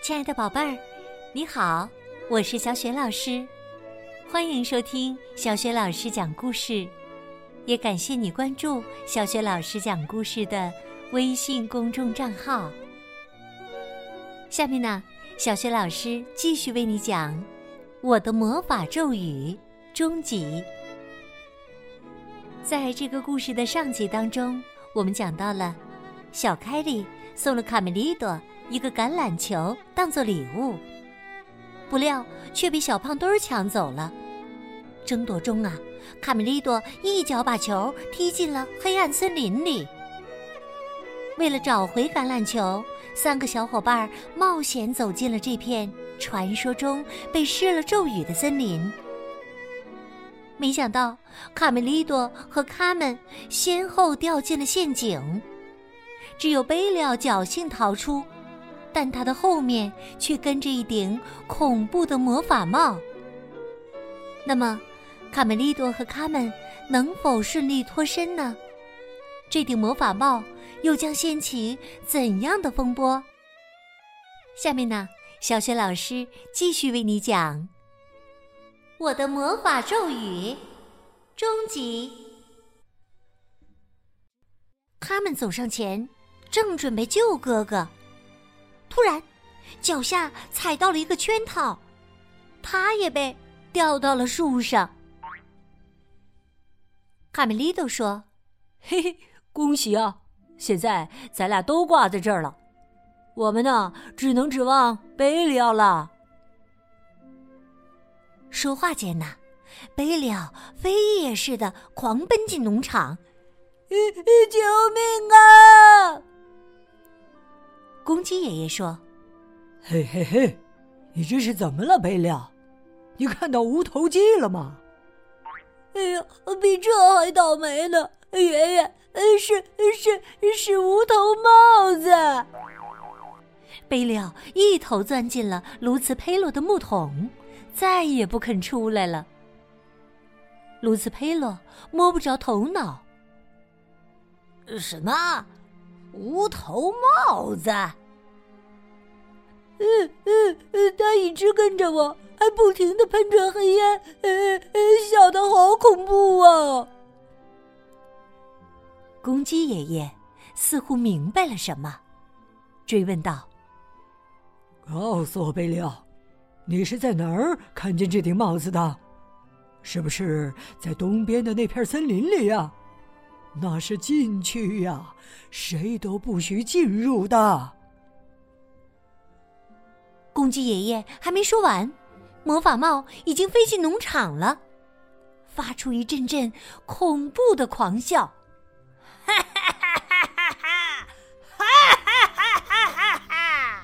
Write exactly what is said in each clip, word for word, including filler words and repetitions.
亲爱的宝贝儿，你好，我是小雪老师，欢迎收听小雪老师讲故事，也感谢你关注小雪老师讲故事的微信公众账号。下面呢，小雪老师继续为你讲《我的魔法咒语》终极。在这个故事的上集当中，我们讲到了小凯莉送了卡梅利多一个橄榄球当作礼物，不料却被小胖墩儿抢走了。争夺中啊，卡梅利多一脚把球踢进了黑暗森林里。为了找回橄榄球，三个小伙伴冒险走进了这片传说中被施了咒语的森林。没想到卡梅利多和卡门先后掉进了陷阱，只有贝利奥侥幸逃出，但他的后面却跟着一顶恐怖的魔法帽。那么卡梅利多和卡门能否顺利脱身呢？这顶魔法帽又将掀起怎样的风波？下面呢，小雪老师继续为你讲我的魔法咒语终极。他们走上前，正准备救哥哥，突然脚下踩到了一个圈套，他也被掉到了树上。卡梅利多说： 嘿嘿，恭喜啊，现在咱俩都挂在这儿了，我们呢只能指望贝利奥了。 说话间呢，贝利奥飞也似的狂奔进农场。 救命啊！ 公鸡爷爷说： 嘿嘿嘿，你这是怎么了，贝利奥？你看到无头鸡了吗？ 哎呀，比这还倒霉呢！爷爷，是是是无头帽子。 贝利奥一头钻进了卢茨佩洛的木桶，再也不肯出来了。卢茨佩洛摸不着头脑。 什么？无头帽子？嗯嗯嗯，他一直跟着我，还不停地喷着黑烟，呃呃，笑得好恐怖啊！ 公鸡爷爷似乎明白了什么，追问道： 告诉我，贝利奥，你是在哪儿看见这顶帽子的？是不是在东边的那片森林里呀？那是禁区呀，谁都不许进入的。 公鸡爷爷还没说完，魔法帽已经飞进农场了，发出一阵阵恐怖的狂笑。 哈哈哈哈哈哈！哈哈哈哈哈哈！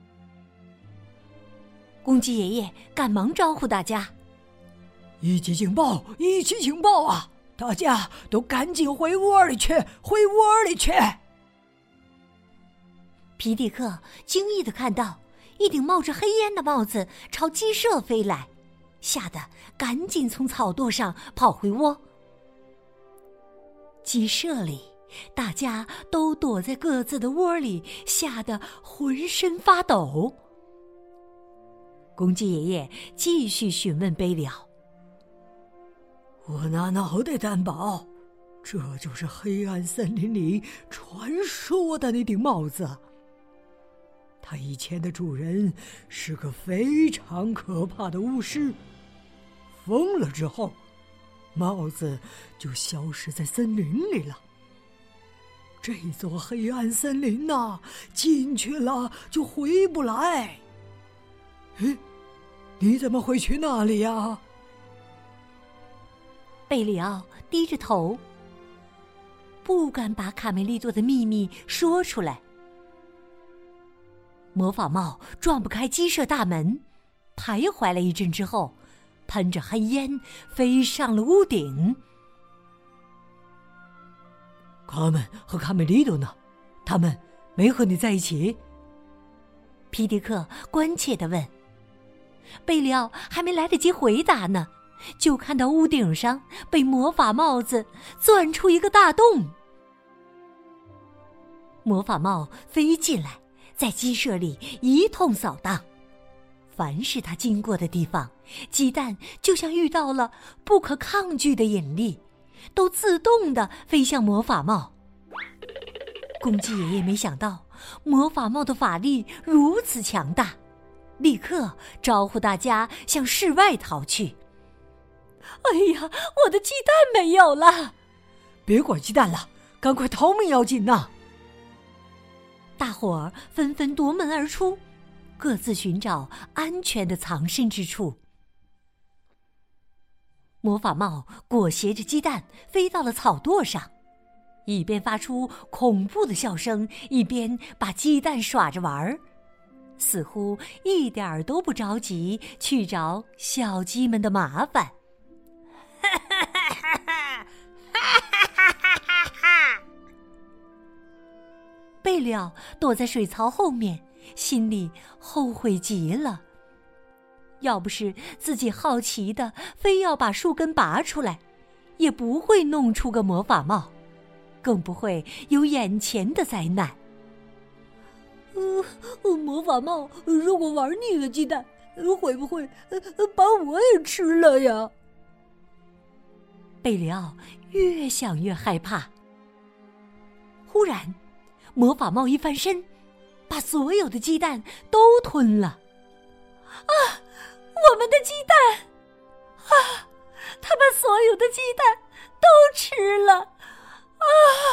公鸡爷爷赶忙招呼大家： 一级警报，一级警报啊！大家都赶紧回窝里去，回窝里去！ 皮迪克惊异地看到一顶冒着黑烟的帽子朝鸡舍飞来，吓得赶紧从草垛上跑回窝。鸡舍里，大家都躲在各自的窝里，吓得浑身发抖。公鸡爷爷继续询问贝利奥： 我拿脑袋担保，这就是黑暗森林里传说的那顶帽子。它以前的主人是个非常可怕的巫师，疯了之后，帽子就消失在森林里了。这座黑暗森林呐、啊，进去了就回不来。诶，你怎么会去那里呀？ 贝里奥低着头，不敢把卡梅利多的秘密说出来。魔法帽撞不开鸡舍大门，徘徊了一阵之后，喷着黑烟飞上了屋顶。 卡门和卡梅利多呢？他们没和你在一起？ 皮迪克关切地问。贝里奥还没来得及回答呢，就看到屋顶上被魔法帽子钻出一个大洞。魔法帽飞进来， 在鸡舍里一通扫荡。凡是他经过的地方，鸡蛋就像遇到了不可抗拒的引力，都自动地飞向魔法帽。公鸡爷爷没想到魔法帽的法力如此强大，立刻招呼大家向室外逃去。哎呀，我的鸡蛋没有了！ 别管鸡蛋了，赶快逃命要紧呐！ 大伙儿纷纷夺门而出，各自寻找安全的藏身之处。魔法帽裹挟着鸡蛋飞到了草垛上，一边发出恐怖的笑声，一边把鸡蛋耍着玩儿，似乎一点儿都不着急去找小鸡们的麻烦。贝利奥躲在水槽后面，心里后悔极了。要不是自己好奇的非要把树根拔出来，也不会弄出个魔法帽，更不会有眼前的灾难。 呃，魔法帽如果玩腻了鸡蛋，会不会呃把我也吃了呀？ 贝里奥越想越害怕。忽然，魔法帽一翻身，把所有的鸡蛋都吞了。啊，我们的鸡蛋！啊，他把所有的鸡蛋都吃了！啊！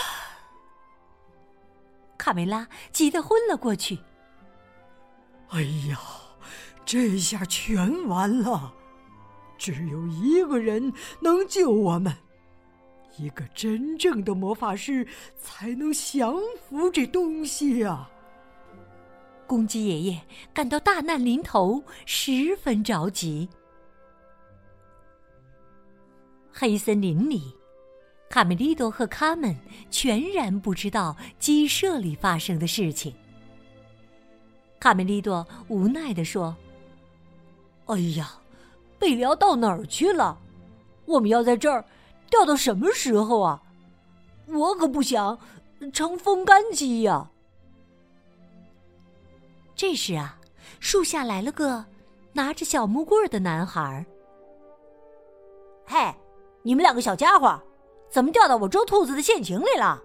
卡梅拉急得昏了过去。 哎呀，这下全完了！只有一个人能救我们，一个真正的魔法师才能降服这东西啊！ 公鸡爷爷感到大难临头，十分着急。黑森林里，卡梅利多和卡门全然不知道鸡舍里发生的事情。卡梅利多无奈地说：“ 哎呀，贝里奥到哪儿去了？我们要在这儿钓到什么时候啊？我可不想成风干鸡呀！” 这时啊，树下来了个拿着小木棍的男孩。 “嘿，你们两个小家伙，怎么掉到我捉兔子的陷阱里了？”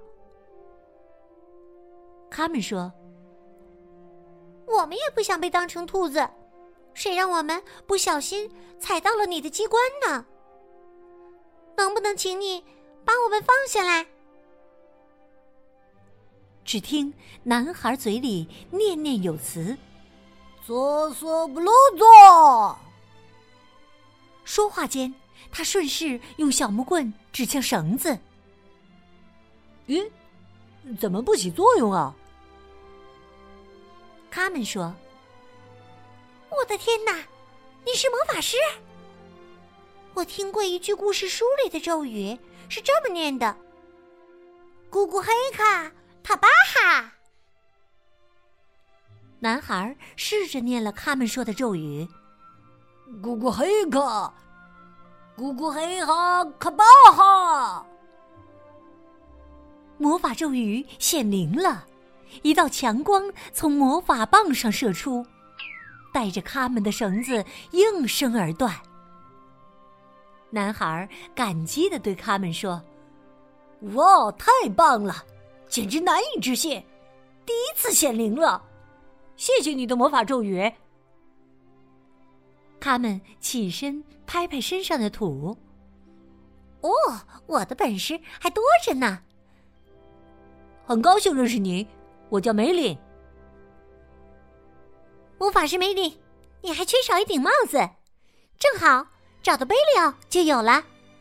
他们说：“ 我们也不想被当成兔子，谁让我们不小心踩到了你的机关呢？能不能请你把我们放下来？” 只听男孩嘴里念念有词：“ 索索不鲁佐。” 说话间，他顺势用小木棍指向绳子。 “咦，怎么不起作用啊？” 他们说：“ 我的天哪，你是魔法师？我听过一句故事书里的咒语，是这么念的：咕咕黑卡塔巴哈。” 男孩试着念了他们说的咒语：“ 咕咕黑卡，咕咕黑哈卡巴哈。” 魔法咒语显灵了，一道强光从魔法棒上射出，带着他们的绳子应声而断。男孩感激地对他们说：“ 哇，太棒了，简直难以置信，第一次显灵了，谢谢你的魔法咒语。” 他们起身拍拍身上的土。 “哦，我的本事还多着呢。”“ 很高兴认识您，我叫梅林。”“ 魔法师梅林，你还缺少一顶帽子，正好找到贝利奥就有了。”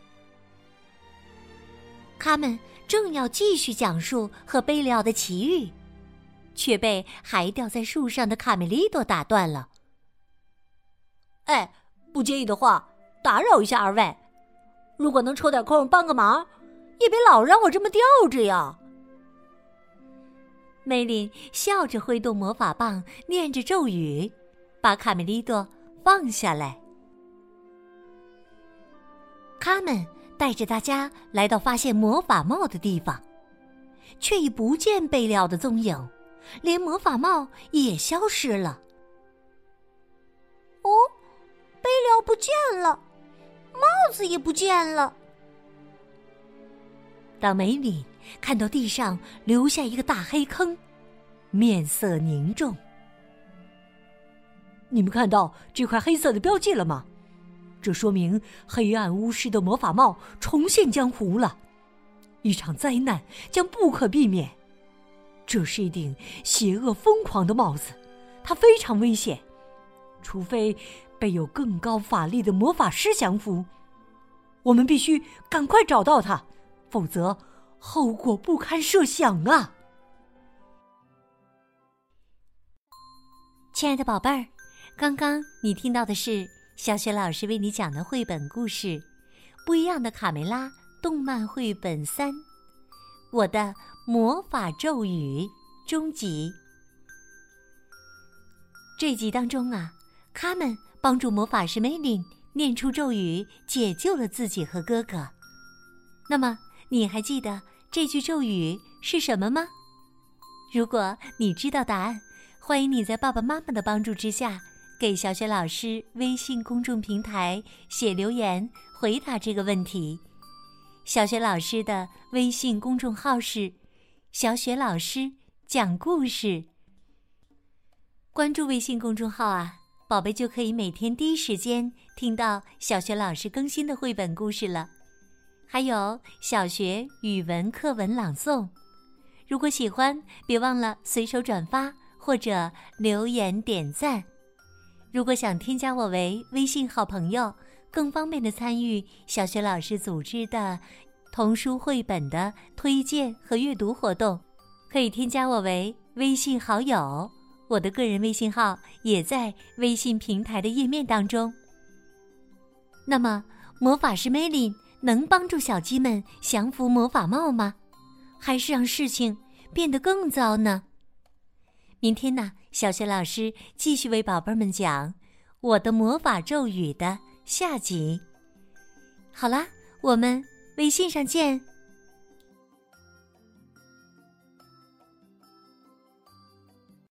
他们正要继续讲述和贝利奥的奇遇，却被还吊在树上的卡梅利多打断了。 “哎，不介意的话，打扰一下二位，如果能抽点空帮个忙，也别老让我这么吊着呀。” 梅林笑着挥动魔法棒，念着咒语，把卡梅利多放下来。他们带着大家来到发现魔法帽的地方，却已不见贝利奥的踪影， 连魔法帽也消失了。 哦，杯寮不见了，帽子也不见了。 当梅林看到地上留下一个大黑坑，面色凝重。 你们看到这块黑色的标记了吗？这说明黑暗巫师的魔法帽重现江湖了，一场灾难将不可避免。这是一顶邪恶疯狂的帽子，它非常危险，除非被有更高法力的魔法师降服。我们必须赶快找到它，否则后果不堪设想啊！ 亲爱的宝贝儿，刚刚你听到的是小雪老师为你讲的绘本故事《不一样的卡梅拉》动漫绘本三，我的魔法咒语终极。这集当中啊，他们帮助魔法师梅林念出咒语，解救了自己和哥哥。那么你还记得这句咒语是什么吗？如果你知道答案，欢迎你在爸爸妈妈的帮助之下，给小雪老师微信公众平台写留言回答这个问题。小雪老师的微信公众号是小雪老师讲故事。关注微信公众号啊，宝贝就可以每天第一时间听到小雪老师更新的绘本故事了，还有小学语文课文朗诵。如果喜欢，别忘了随手转发或者留言点赞。如果想添加我为微信好朋友，更方便的参与小雪老师组织的童书绘本的推荐和阅读活动，可以添加我为微信好友，我的个人微信号也在微信平台的页面当中。那么魔法师梅林能帮助小鸡们降服魔法帽吗？还是让事情变得更糟呢？明天呢，小雪老师继续为宝贝们讲我的魔法咒语的下集。好啦，我们微信上见。